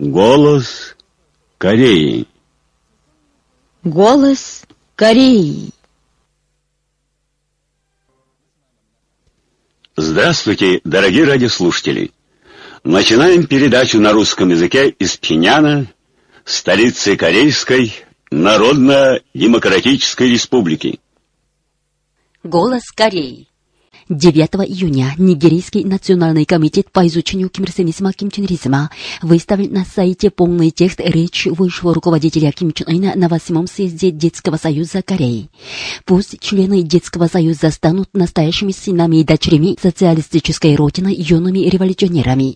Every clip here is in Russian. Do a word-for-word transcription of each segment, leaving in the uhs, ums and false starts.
Голос Кореи. Голос Кореи. Здравствуйте, дорогие радиослушатели! Начинаем передачу на русском языке из Пхеньяна, столицы Корейской Народно-Демократической Республики. Голос Кореи. девятого июня Нигерийский национальный комитет по изучению кимирсенизма, кимченризма выставил на сайте полный текст речи высшего руководителя Ким Чен Ына на восьмом съезде Детского союза Кореи. Пусть члены Детского союза станут настоящими сынами и дочерями социалистической родины, юными революционерами.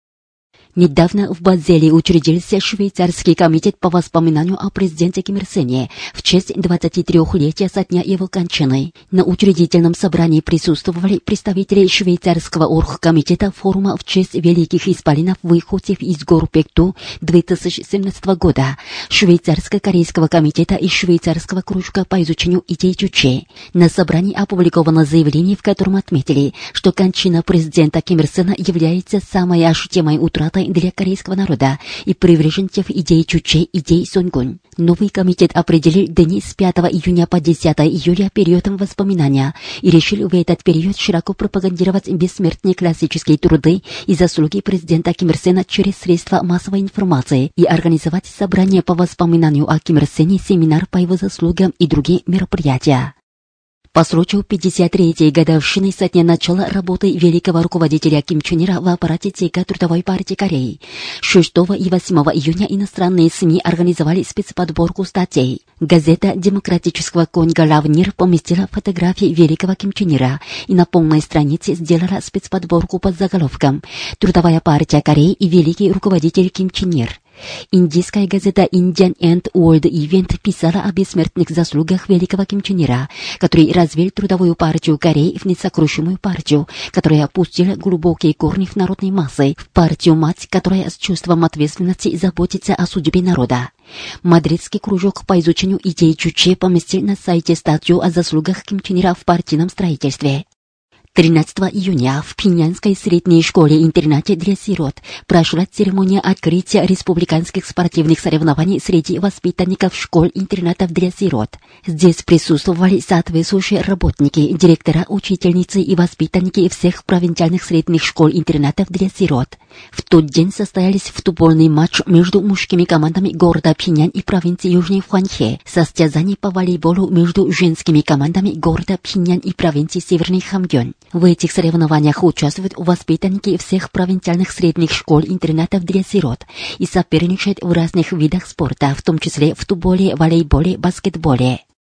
Недавно в Базеле учредился швейцарский комитет по воспоминанию о президенте Ким Ир Сене в честь двадцатитрёхлетия со дня его кончины. На учредительном собрании присутствовали представители швейцарского оргкомитета форума в честь великих исполинов выходцев из гор Пекту две тысячи семнадцатого года, швейцарско-корейского комитета и швейцарского кружка по изучению идей Чуче. На собрании опубликовано заявление, в котором отметили, что кончина президента Ким Ир Сена является самой ощутимой утратой для корейского народа и приверженцев идей Чуче, идей Сонгун. Новый комитет определил дни с пятого июня по десятое июля периодом воспоминания и решил в этот период широко пропагандировать бессмертные классические труды и заслуги президента Ким Ир Сена через средства массовой информации и организовать собрание по воспоминанию о Ким Ир Сене, семинар по его заслугам и другие мероприятия. По случаю пятьдесят третьей годовщины со дня начала работы великого руководителя Ким Чен Ира в аппарате ЦК Трудовой партии Кореи, шестого и восьмого июня иностранные СМИ организовали спецподборку статей. Газета демократического Конга «Лавнир» поместила фотографии великого Ким Чен Ира и на полной странице сделала спецподборку под заголовком «Трудовая партия Кореи и великий руководитель Ким Чен Ир». Индийская газета Indian and World Event писала о бессмертных заслугах великого Ким Чен Ира, который развил трудовую партию Кореи в несокрушимую партию, которая опустила глубокие корни в народной массы, в партию-мать, которая с чувством ответственности заботится о судьбе народа. Мадридский кружок по изучению идей Чуче поместил на сайте статью о заслугах Ким Чен Ира в партийном строительстве. тринадцатого июня в Пхеньянской средней школе-интернате для сирот прошла церемония открытия республиканских спортивных соревнований среди воспитанников школ-интернатов для сирот. Здесь присутствовали соответствующие работники, директора, учительницы и воспитанники всех провинциальных средних школ-интернатов для сирот. В тот день состоялись футбольный матч между мужскими командами города Пхеньян и провинции Южной Хванхэ, состязание по волейболу между женскими командами города Пхеньян и провинции Северный Хамгён. В этих соревнованиях участвуют воспитанники всех провинциальных средних школ-интернатов для сирот и соперничают в разных видах спорта, в том числе в футболе, волейболе, баскетболе.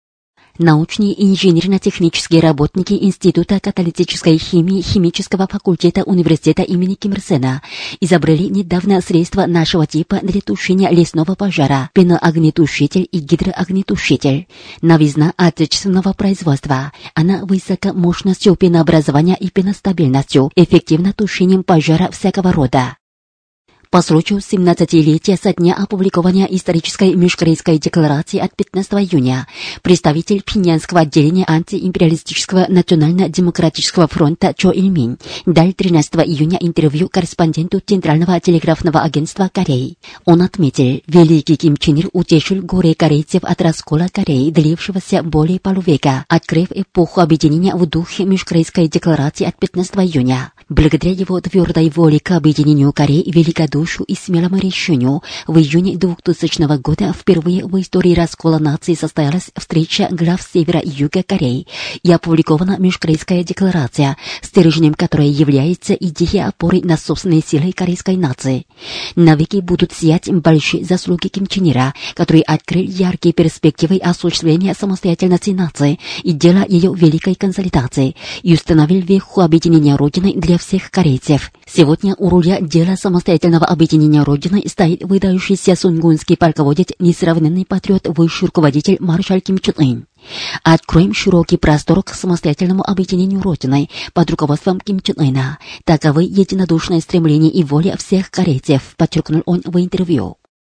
Научные и инженерно-технические работники Института каталитической химии Химического факультета университета имени Ким Ир Сена изобрели недавно средства нашего типа для тушения лесного пожара, пеноогнетушитель и гидроогнетушитель. Новизна отечественного производства. Она высока мощностью пенообразования и пеностабильностью, эффективно тушением пожара всякого рода. По случаю семнадцатилетия со дня опубликования исторической межкорейской декларации от пятнадцатого июня представитель Пхеньянского отделения антиимпериалистического национально-демократического фронта Чо Ил Мин дал тринадцатого июня интервью корреспонденту Центрального телеграфного агентства Кореи. Он отметил, великий Ким Чен Ир утешил горе корейцев от раскола Кореи, длившегося более полувека, открыв эпоху объединения в духе межкорейской декларации от пятнадцатого июня. Благодаря его твердой воле к объединению Кореи, великодушию и смелому решению, в июне двухтысячного года впервые в истории раскола нации состоялась встреча глав севера и юга Кореи и опубликована межкорейская декларация, стержнем которой является идея опоры на собственные силы корейской нации. Навеки будут сиять большие заслуги Ким Чен Ира, который открыл яркие перспективы осуществления самостоятельности нации и дела ее великой консолидации и установил веху объединения Родины для всех корейцев. Сегодня у руля дела самостоятельного объединения Родины стоит выдающийся сунгунский полководец, несравненный патриот, высший руководитель маршал Ким Чен Ын. Откроем широкий простор к самостоятельному объединению Родины под руководством Ким Чен Ына. Таковы единодушное стремление и воля всех корейцев, подчеркнул он в интервью.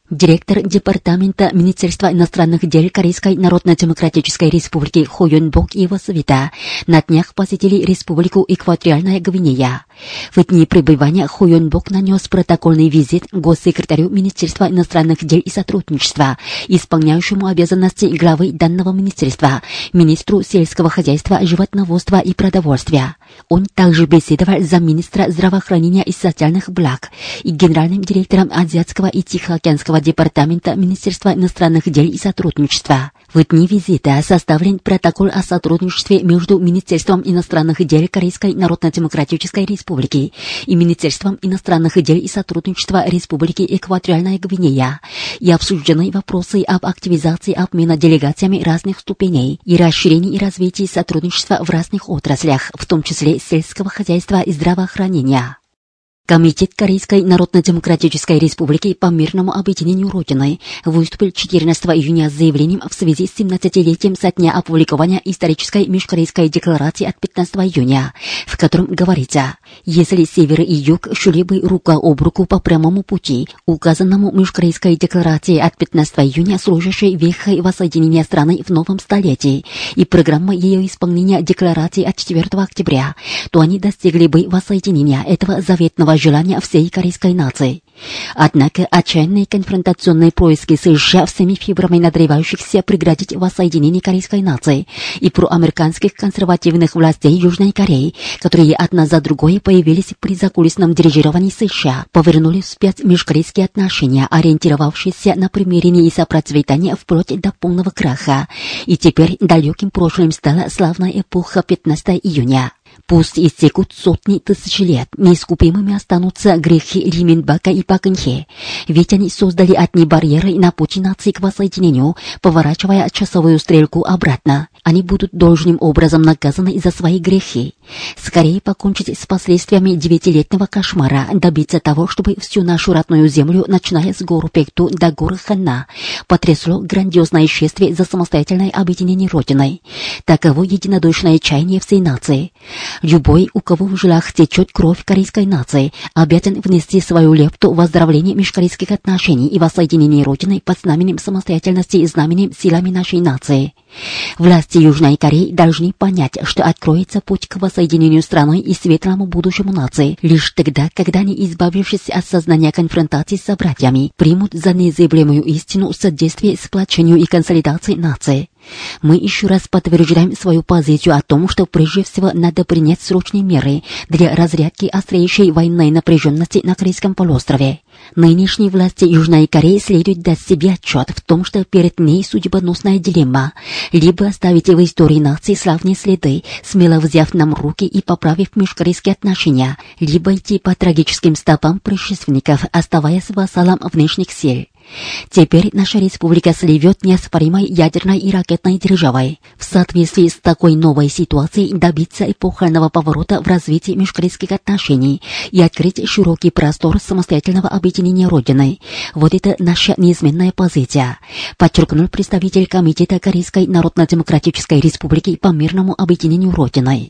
Директор Департамента Министерства иностранных дел Корейской Народно-Демократической Республики Хо Юн Бок и его свита на днях посетили Республику Экваториальная Гвинея. В дни пребывания Хо Юн Бок нанес протокольный визит госсекретарю Министерства иностранных дел и сотрудничества, исполняющему обязанности главы данного министерства, министру сельского хозяйства, животноводства и продовольствия. Он также беседовал с замминистра здравоохранения и социальных благ и генеральным директором Азиатского и Тихоокеанского департамента Министерства иностранных дел и сотрудничества. В дни визита составлен протокол о сотрудничестве между Министерством иностранных дел Корейской Народно-Демократической Республики и Министерством иностранных дел и сотрудничества Республики Экваториальная Гвинея и обсуждены вопросы об активизации обмена делегациями разных ступеней и расширении и развитии сотрудничества в разных отраслях, в том числе сельского хозяйства и здравоохранения. Комитет Корейской Народно-Демократической Республики по мирному объединению Родины выступил четырнадцатого июня с заявлением в связи с семнадцатилетием со дня опубликования исторической межкорейской декларации от пятнадцатого июня, в котором говорится: если север и юг шли бы рука об руку по прямому пути, указанному межкорейской декларацией от пятнадцатого июня, служащей вехой воссоединения страны в новом столетии, и программой ее исполнения декларации от четвёртого октября, то они достигли бы воссоединения этого заветного желания всей корейской нации. Однако отчаянные конфронтационные поиски США всеми фибрами надревающихся преградить воссоединение корейской нации и проамериканских консервативных властей Южной Кореи, которые одна за другой появились при закулисном дирижировании США, повернули вспять межкорейские отношения, ориентировавшиеся на примирение и сопроцветание вплоть до полного краха. И теперь далеким прошлым стала славная эпоха пятнадцатого июня. Пусть истекут сотни тысяч лет, неискупимыми останутся грехи Ли Минбака и Пак Кын Хе, ведь они создали одни барьеры на пути нации к воссоединению, поворачивая часовую стрелку обратно. Они будут должным образом наказаны за свои грехи. Скорее покончить с последствиями девятилетнего кошмара, добиться того, чтобы всю нашу родную землю, начиная с гор Пекту до горы Ханна, потрясло грандиозное шествие за самостоятельное объединение Родиной. Таково единодушное чаяние всей нации. Любой, у кого в жилах течет кровь корейской нации, обязан внести свою лепту в оздоровление межкорейских отношений и воссоединение Родины под знаменем самостоятельности и знаменем силами нашей нации. Власти Южной Кореи должны понять, что откроется путь к воссоединению страны и светлому будущему нации лишь тогда, когда они, избавившись от сознания конфронтации с собратьями, примут за незыблемую истину содействие сплочению и консолидации нации. Мы еще раз подтверждаем свою позицию о том, что прежде всего надо принять срочные меры для разрядки острейшей военной напряженности на Корейском полуострове. Нынешней власти Южной Кореи следует дать себе отчет в том, что перед ней судьбоносная дилемма: либо оставить в истории нации славные следы, смело взяв нам руки и поправив межкорейские отношения, либо идти по трагическим стопам предшественников, оставаясь вассалом внешних сил. Теперь наша республика сливет неоспоримой ядерной и ракетной державой. В соответствии с такой новой ситуацией добиться эпохального поворота в развитии межкорейских отношений и открыть широкий простор самостоятельного объединения Родиной. Вот это наша неизменная позиция, подчеркнул представитель Комитета Корейской Народно-Демократической Республики по мирному объединению Родиной.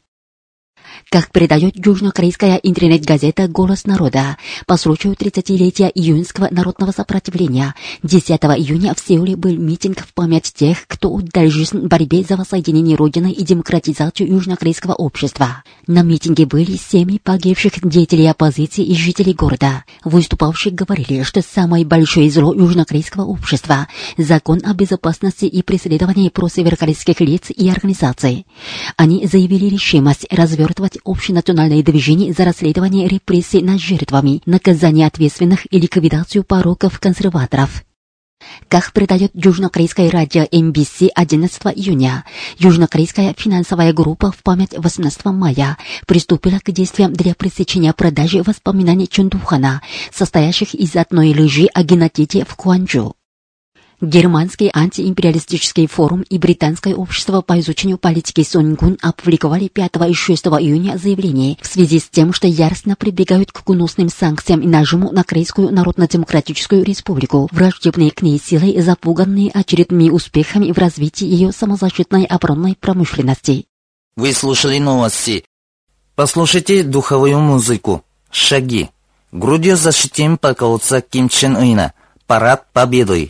Как передает южнокорейская интернет-газета «Голос народа», по случаю тридцатилетия июньского народного сопротивления, десятого июня в Сеуле был митинг в память тех, кто отдал жизнь в борьбе за воссоединение Родины и демократизацию южнокорейского общества. На митинге были семьи погибших деятелей оппозиции и жителей города. Выступавшие говорили, что самое большое зло южнокорейского общества – закон о безопасности и преследовании просеверокорейских лиц и организаций. Они заявили решимость развертывать общенациональное движение за расследование репрессий над жертвами, наказание ответственных и ликвидацию пороков консерваторов. Как передает южнокорейское радио эм би си одиннадцатого июня, южнокорейская финансовая группа в память восемнадцатого мая приступила к действиям для пресечения продажи воспоминаний Чон Духана, состоящих из одной лжи о геноциде в Кванджу. Германский антиимпериалистический форум и Британское общество по изучению политики Сонгун опубликовали пятого и шестого июня заявление в связи с тем, что яростно прибегают к гнусным санкциям и нажиму на Корейскую Народно-Демократическую Республику, враждебные к ней силы, запуганные очередными успехами в развитии ее самозащитной оборонной промышленности. Вы слушали новости. Послушайте духовую музыку. Шаги. Грудью защитим полководца Ким Чен Ына. Парад Победы.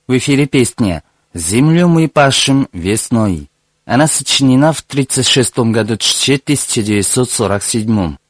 В эфире песня «Землю мы пашем весной». Она сочинена в тридцать шестом году тысяча девятьсот сорок седьмом.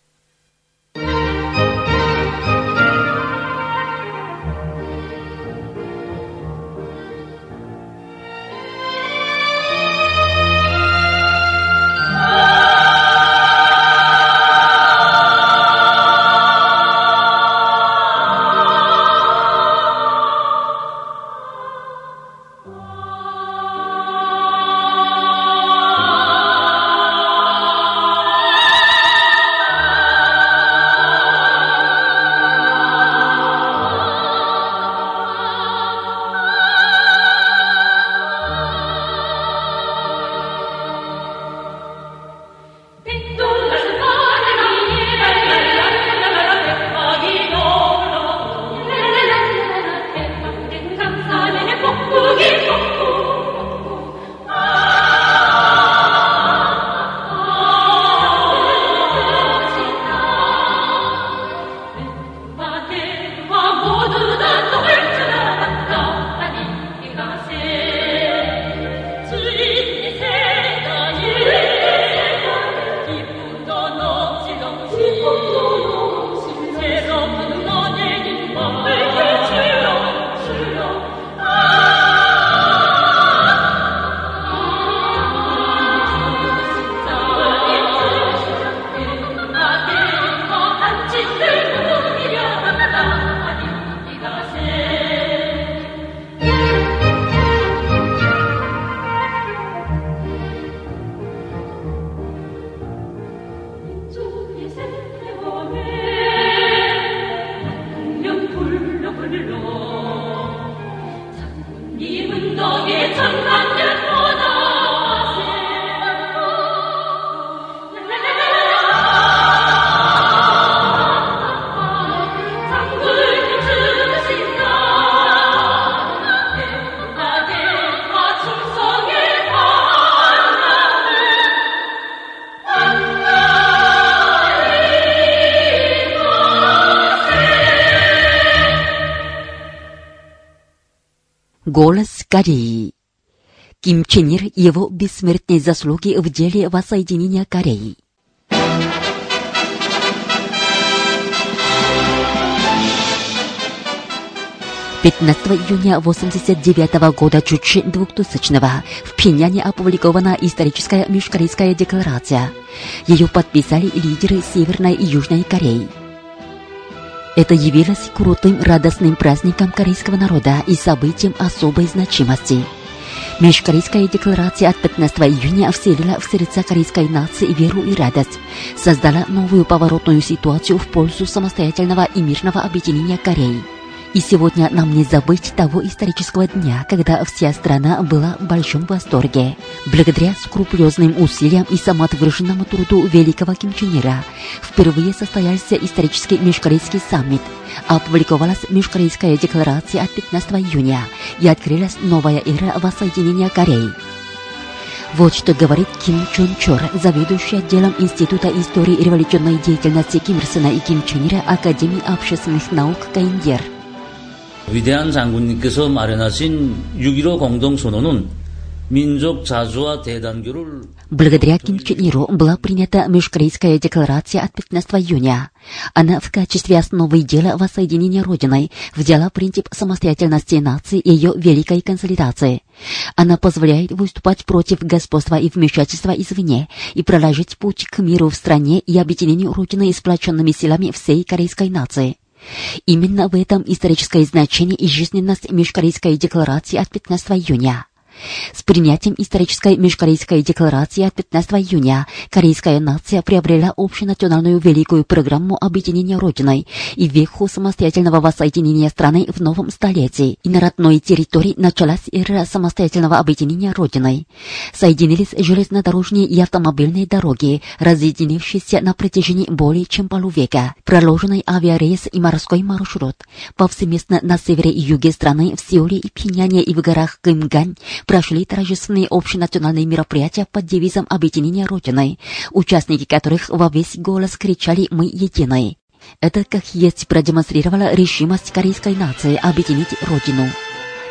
Голос Кореи. Ким Чен Ир и его бессмертные заслуги в деле воссоединения Кореи. пятнадцатого июня восемьдесят девятого года чуть двухтысячного в Пхеньяне опубликована историческая межкорейская декларация. Ее подписали лидеры Северной и Южной Кореи. Это явилось крутым радостным праздником корейского народа и событием особой значимости. Межкорейская декларация от пятнадцатого июня вселила в сердца корейской нации веру и радость, создала новую поворотную ситуацию в пользу самостоятельного и мирного объединения Кореи. И сегодня нам не забыть того исторического дня, когда вся страна была в большом восторге. Благодаря скрупулезным усилиям и самоотверженному труду великого Ким Чен Ира впервые состоялся исторический межкорейский саммит, опубликовалась межкорейская декларация от пятнадцатого июня и открылась новая эра воссоединения Кореи. Вот что говорит Ким Чон Чор, заведующий отделом Института истории и революционной деятельности Ким Ир Сена и Ким Чен Ира Академии общественных наук КНДР. 위대한 장군님께서 마련하신 육 일오 공동선언은 민족 자주와 대단교를 Благодаря Ким Чен Иру была принята межкорейская декларация от пятнадцатого июня. Она в качестве основы дела воссоединения Родиной взяла принцип самостоятельности нации и ее великой консолидации. Она позволяет выступать против господства и вмешательства извне и проложить путь к миру в стране и объединению Родины сплоченными силами всей корейской нации. Именно в этом историческое значение и жизненность межкорейской декларации от пятнадцатого июня. С принятием исторической межкорейской декларации от пятнадцатого июня корейская нация приобрела общенациональную великую программу объединения Родиной и веху самостоятельного воссоединения страны в новом столетии. И на родной территории началась эра самостоятельного объединения Родиной. Соединились железнодорожные и автомобильные дороги, разъединившиеся на протяжении более чем полувека. Проложенный авиарейс и морской маршрут. Повсеместно на севере и юге страны, в Сеуле и Пхеньяне и в горах Кымгань прошли торжественные общенациональные мероприятия под девизом объединения Родиной, участники которых во весь голос кричали «Мы едины». Это как есть продемонстрировала решимость корейской нации объединить Родину.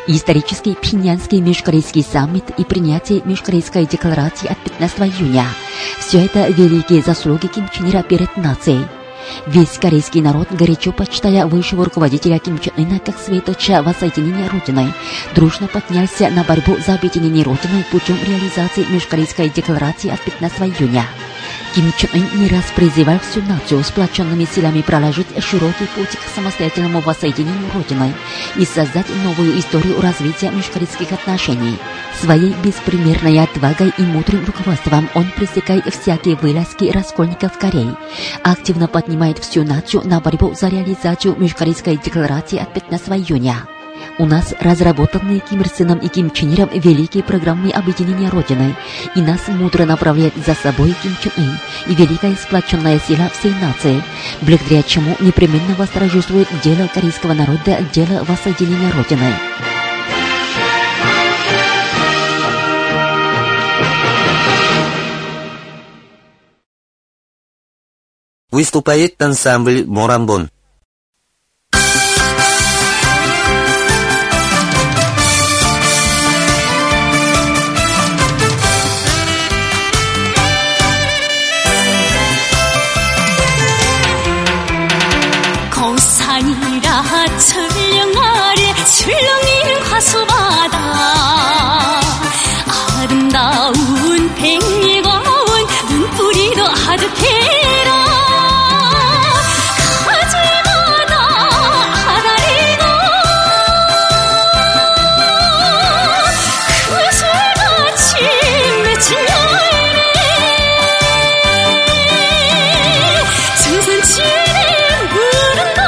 Исторический Пхеньянский межкорейский саммит и принятие Межкорейской декларации от пятнадцатого июня – все это великие заслуги Ким Чен Ира перед нацией. Весь корейский народ, горячо почитая высшего руководителя Ким Чен Ына как светоча воссоединения Родиной, дружно поднялся на борьбу за объединение Родиной путем реализации Межкорейской декларации от пятнадцатого июня. Ким Чен Ын не раз призывал всю нацию сплоченными силами проложить широкий путь к самостоятельному воссоединению Родиной и создать новую историю развития межкорейских отношений. Своей беспримерной отвагой и мудрым руководством он пресекает всякие вылазки раскольников Кореи, активно поднимает всю нацию на борьбу за реализацию Межкорейской декларации от пятнадцатого июня. У нас разработанные Ким Ир Сеном и Ким Чен Иром великие программы объединения Родины, и нас мудро направляет за собой Ким Чен Ын и великая сплоченная сила всей нации, благодаря чему непременно восторжествует дело корейского народа, дело воссоединения Родины. Выступает ансамбль «Морамбон». 철령 아래 출렁이는 화수바다 아름다운 백리과원 눈뿌리도 아득해라 가지마다 아라리고 그술같이 맺힌 열매 전선치는 무릉도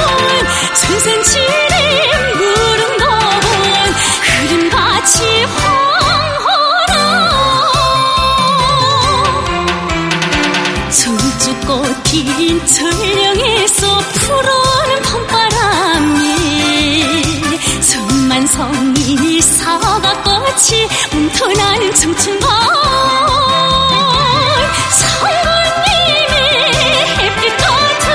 천산치는 무릉도원 그림같이 황홀하 춤추꽃 핀 철령에서 불어오는 봄바람에 천만성이 사과꽃이 움터나는 청춘걸 성군님의 햇빛 같은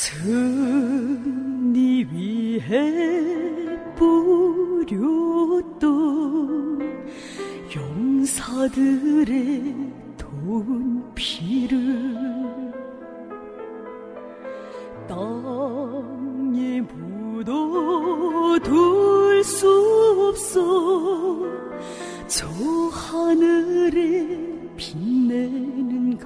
승리 위해 뿌렸던 용사들의 돈 피를 땅에 묻어둘 수 없어 저 하늘에 빛내는가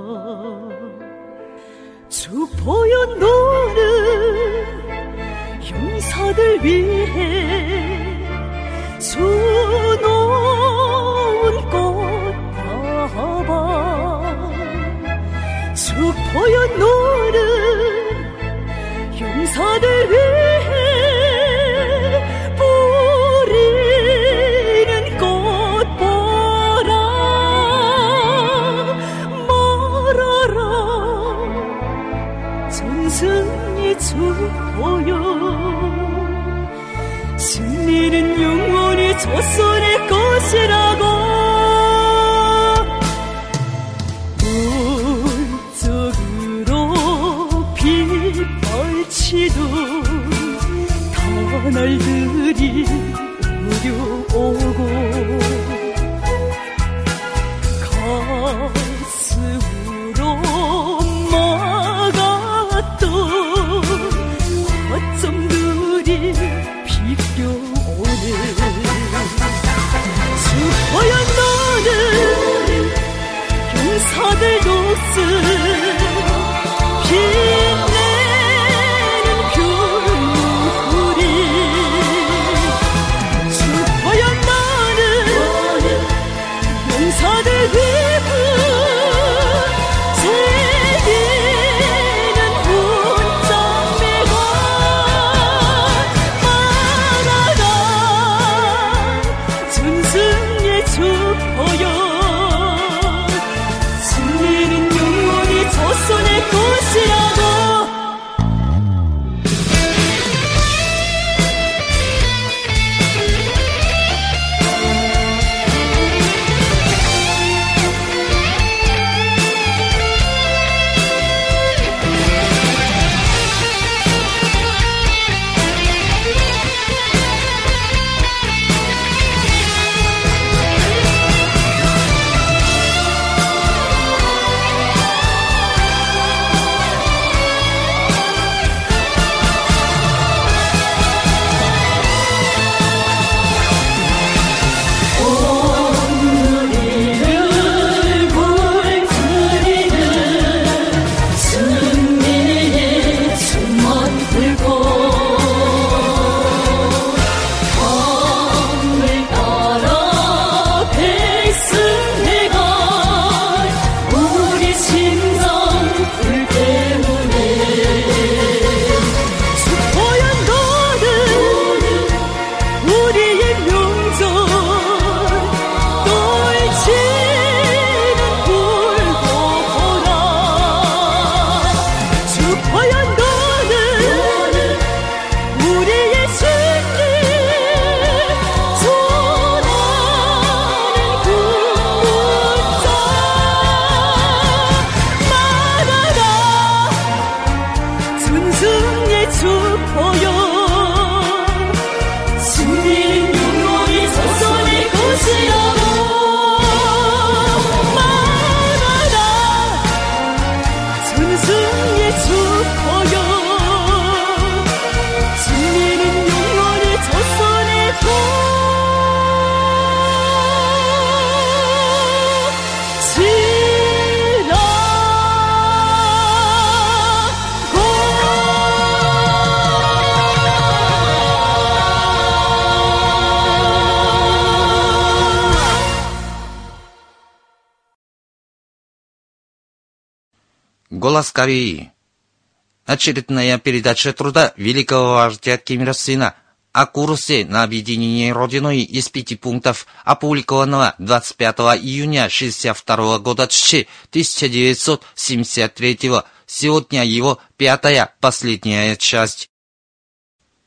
주포여 너는 용사들 위해 수놓은 꽃 봐봐 주포여 너는 용사들 위해 뿌리는 꽃 보라 말아라 전승의 주포여 승리는 영원히 조선의 것이라고 울적으로 빗발치던 터널들이 우려오고 가슴으로 막았던 허점들이 비껴오네 주포여 너는 용사들 녹슨 빛내는 귤물이 주포여 너는 용사들 위부 제기는 훈장매가 말아라 전승의 주포여 승리는 영원히 조선의 것이라고 Голос Кореи. Очередная передача труда великого вождя Ким Ир Сена о курсе на объединение Родиной из пяти пунктов, опубликованного двадцать пятого июня шестьдесят второго года тысяча девятьсот семьдесят третьего. Сегодня его пятая, последняя часть.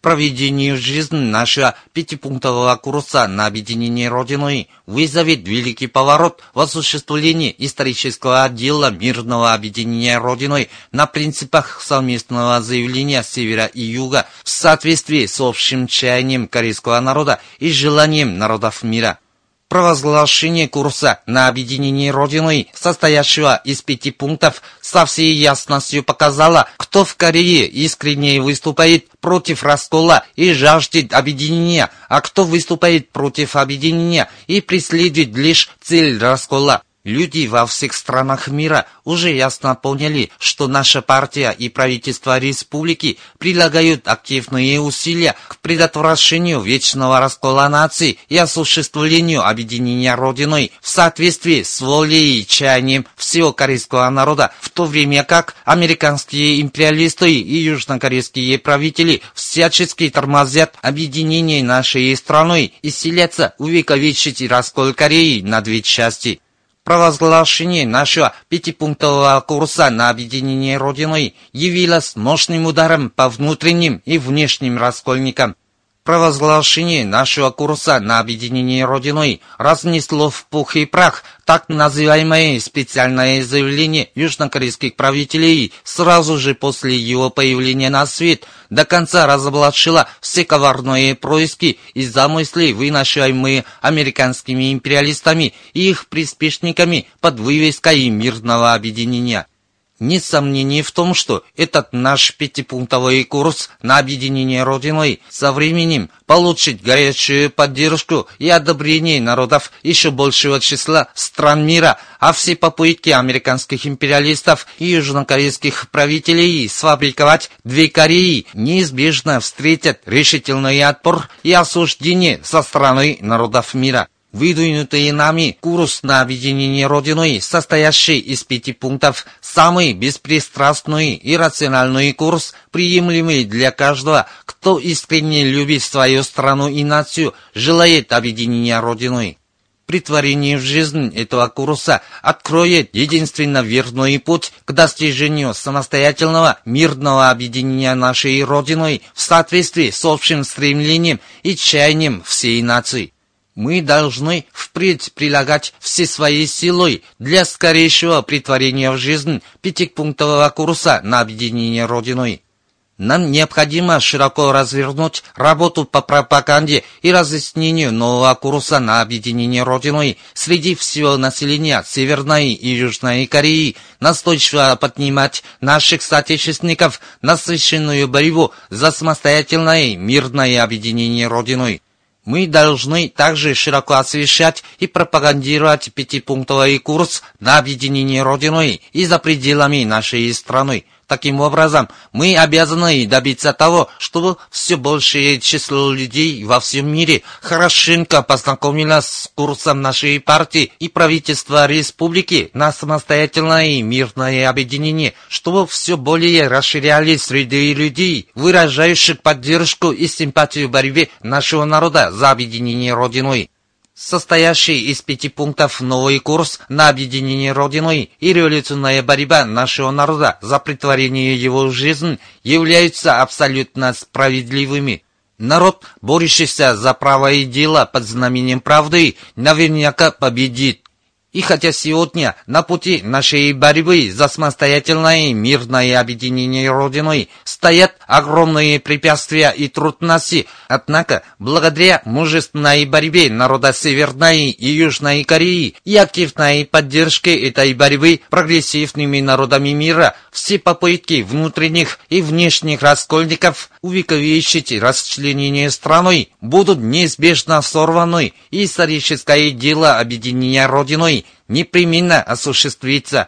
Проведение в жизнь нашего пятипунктового курса на объединение Родиной вызовет великий поворот в осуществлении исторического отдела мирного объединения Родиной на принципах совместного заявления Севера и Юга в соответствии с общим чаянием корейского народа и желанием народов мира. Провозглашение курса на объединение Родиной, состоящего из пяти пунктов, со всей ясностью показало, кто в Корее искренне выступает против раскола и жаждет объединения, а кто выступает против объединения и преследует лишь цель раскола. Люди во всех странах мира уже ясно поняли, что наша партия и правительство республики прилагают активные усилия к предотвращению вечного раскола нации и осуществлению объединения Родиной в соответствии с волей и чаянием всего корейского народа, в то время как американские империалисты и южнокорейские правители всячески тормозят объединение нашей страной и силятся увековечить раскол Кореи на две части. Провозглашение нашего пятипунктового курса на объединение Родиной явилось мощным ударом по внутренним и внешним раскольникам. Провозглашение нашего курса на объединение Родиной разнесло в пух и прах так называемое специальное заявление южнокорейских правителей сразу же после его появления на свет, до конца разоблачило все коварные происки и замыслы, вынашиваемые американскими империалистами и их приспешниками под вывеской мирного объединения. Нет сомнений в том, что этот наш пятипунктовый курс на объединение Родиной со временем получит горячую поддержку и одобрение народов еще большего числа стран мира, а все попытки американских империалистов и южнокорейских правителей сфабриковать две Кореи неизбежно встретят решительный отпор и осуждение со стороны народов мира. Выдвинутый нами курс на объединение Родиной, состоящий из пяти пунктов, самый беспристрастный и рациональный курс, приемлемый для каждого, кто искренне любит свою страну и нацию, желает объединения Родиной. Претворение в жизнь этого курса откроет единственно верный путь к достижению самостоятельного мирного объединения нашей Родиной в соответствии с общим стремлением и чаянием всей нации. Мы должны впредь прилагать все свои силы для скорейшего претворения в жизнь пятипунктового курса на объединение Родиной. Нам необходимо широко развернуть работу по пропаганде и разъяснению нового курса на объединение Родиной среди всего населения Северной и Южной Кореи, настойчиво поднимать наших соотечественников на священную борьбу за самостоятельное мирное объединение Родиной. Мы должны также широко освещать и пропагандировать пятипунктовый курс на объединение Родиной и за пределами нашей страны. Таким образом, мы обязаны добиться того, чтобы все большее число людей во всем мире хорошенько познакомилось с курсом нашей партии и правительства республики на самостоятельное мирное объединение, чтобы все более расширялись среди людей, выражающих поддержку и симпатию борьбе нашего народа за объединение Родиной. Состоящий из пяти пунктов новый курс на объединение Родиной и революционная борьба нашего народа за претворение его в жизнь являются абсолютно справедливыми. Народ, борющийся за правое дело под знаменем правды, наверняка победит. И хотя сегодня на пути нашей борьбы за самостоятельное мирное объединение Родиной стоят огромные препятствия и трудности, однако благодаря мужественной борьбе народа Северной и Южной Кореи и активной поддержке этой борьбы прогрессивными народами мира, все попытки внутренних и внешних раскольников увековечить расчленение страной будут неизбежно сорваны, и историческое дело объединения Родиной непременно осуществится.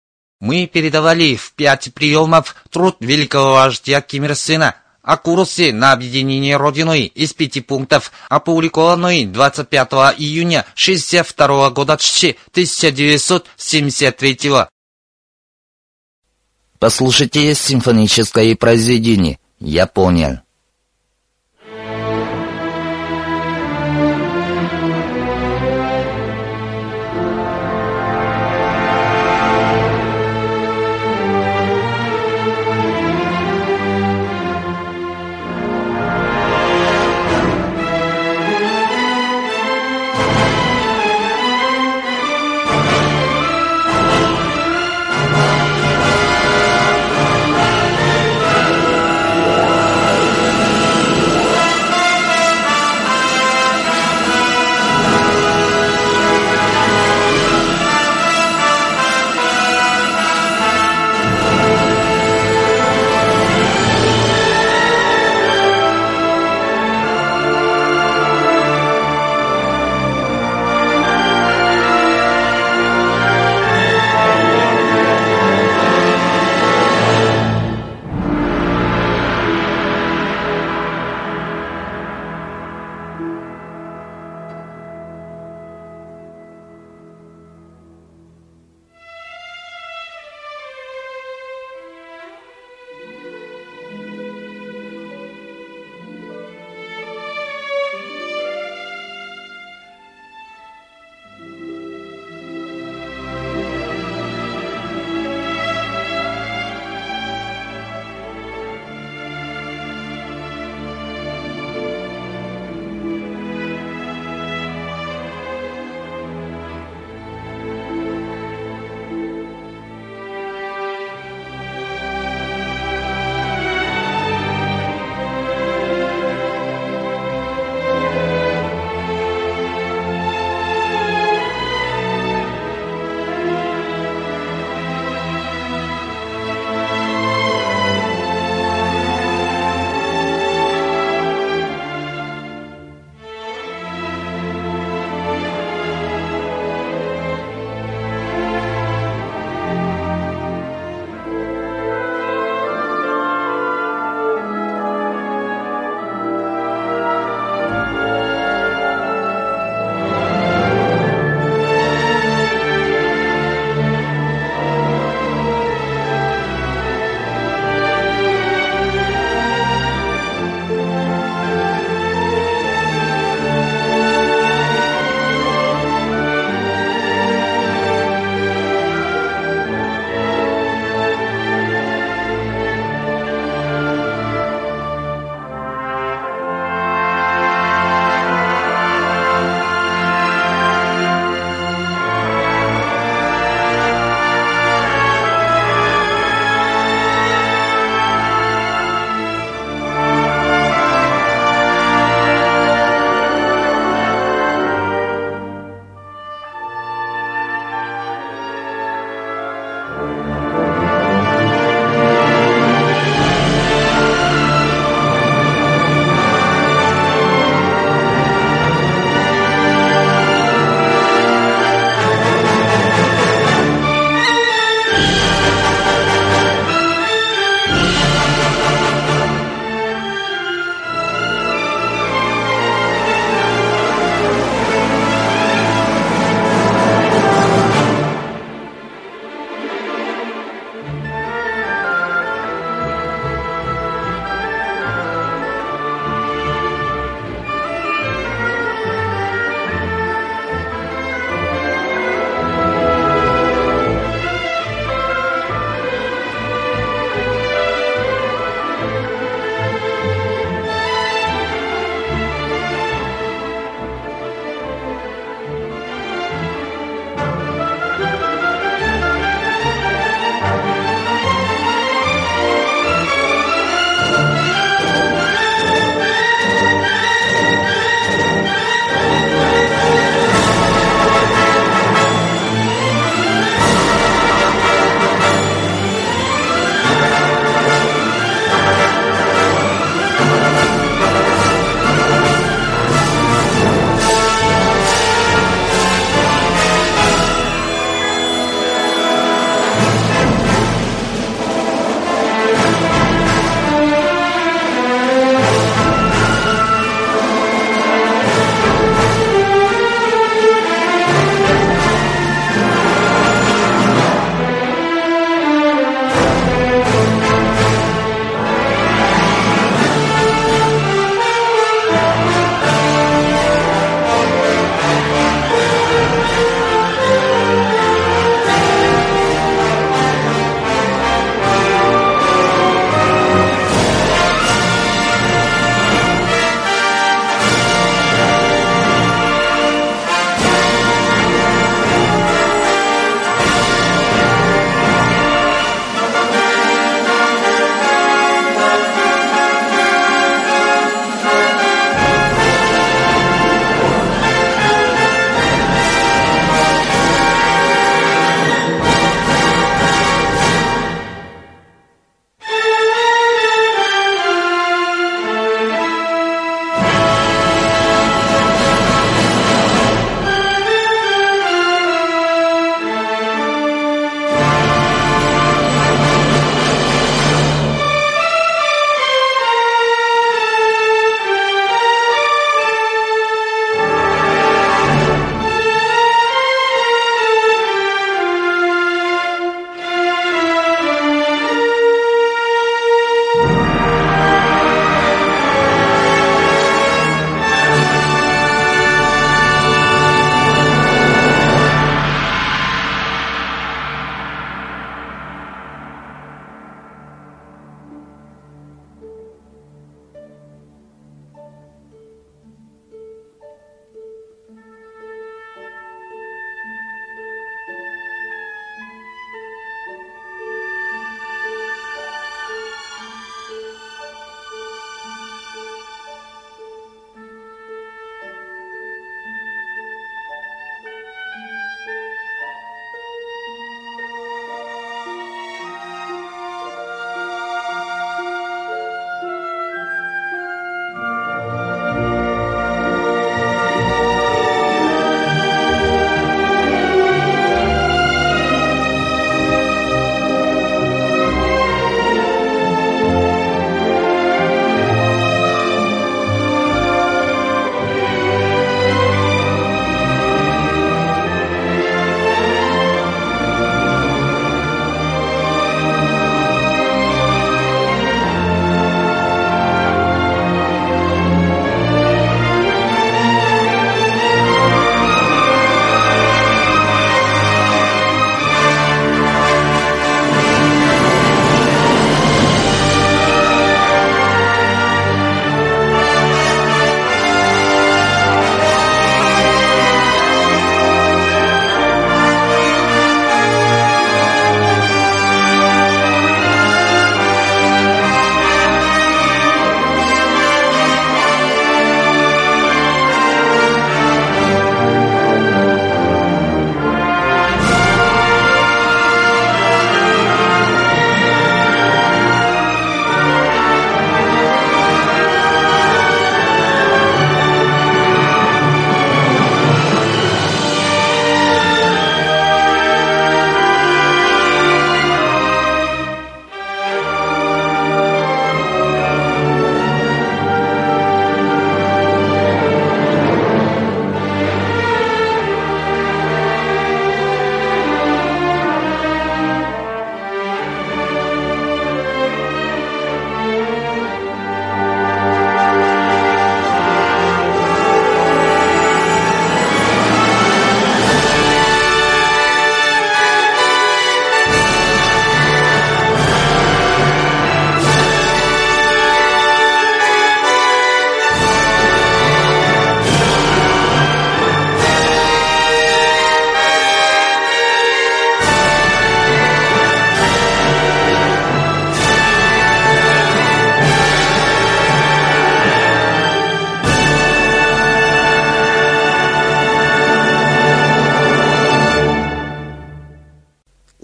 Мы передавали в пять приемов труд великого вождя Ким Ир Сена о курсе на объединение Родиной из пяти пунктов, опубликованный двадцать пятого июня шестьдесят второго года тысяча девятьсот семьдесят третьего. Послушайте симфоническое произведение. Я понял.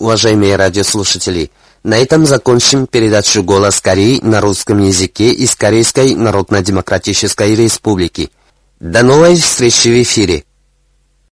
уважаемые радиослушатели. На этом закончим передачу «Голос Кореи» на русском языке из Корейской Народно-Демократической Республики. До новой встречи в эфире.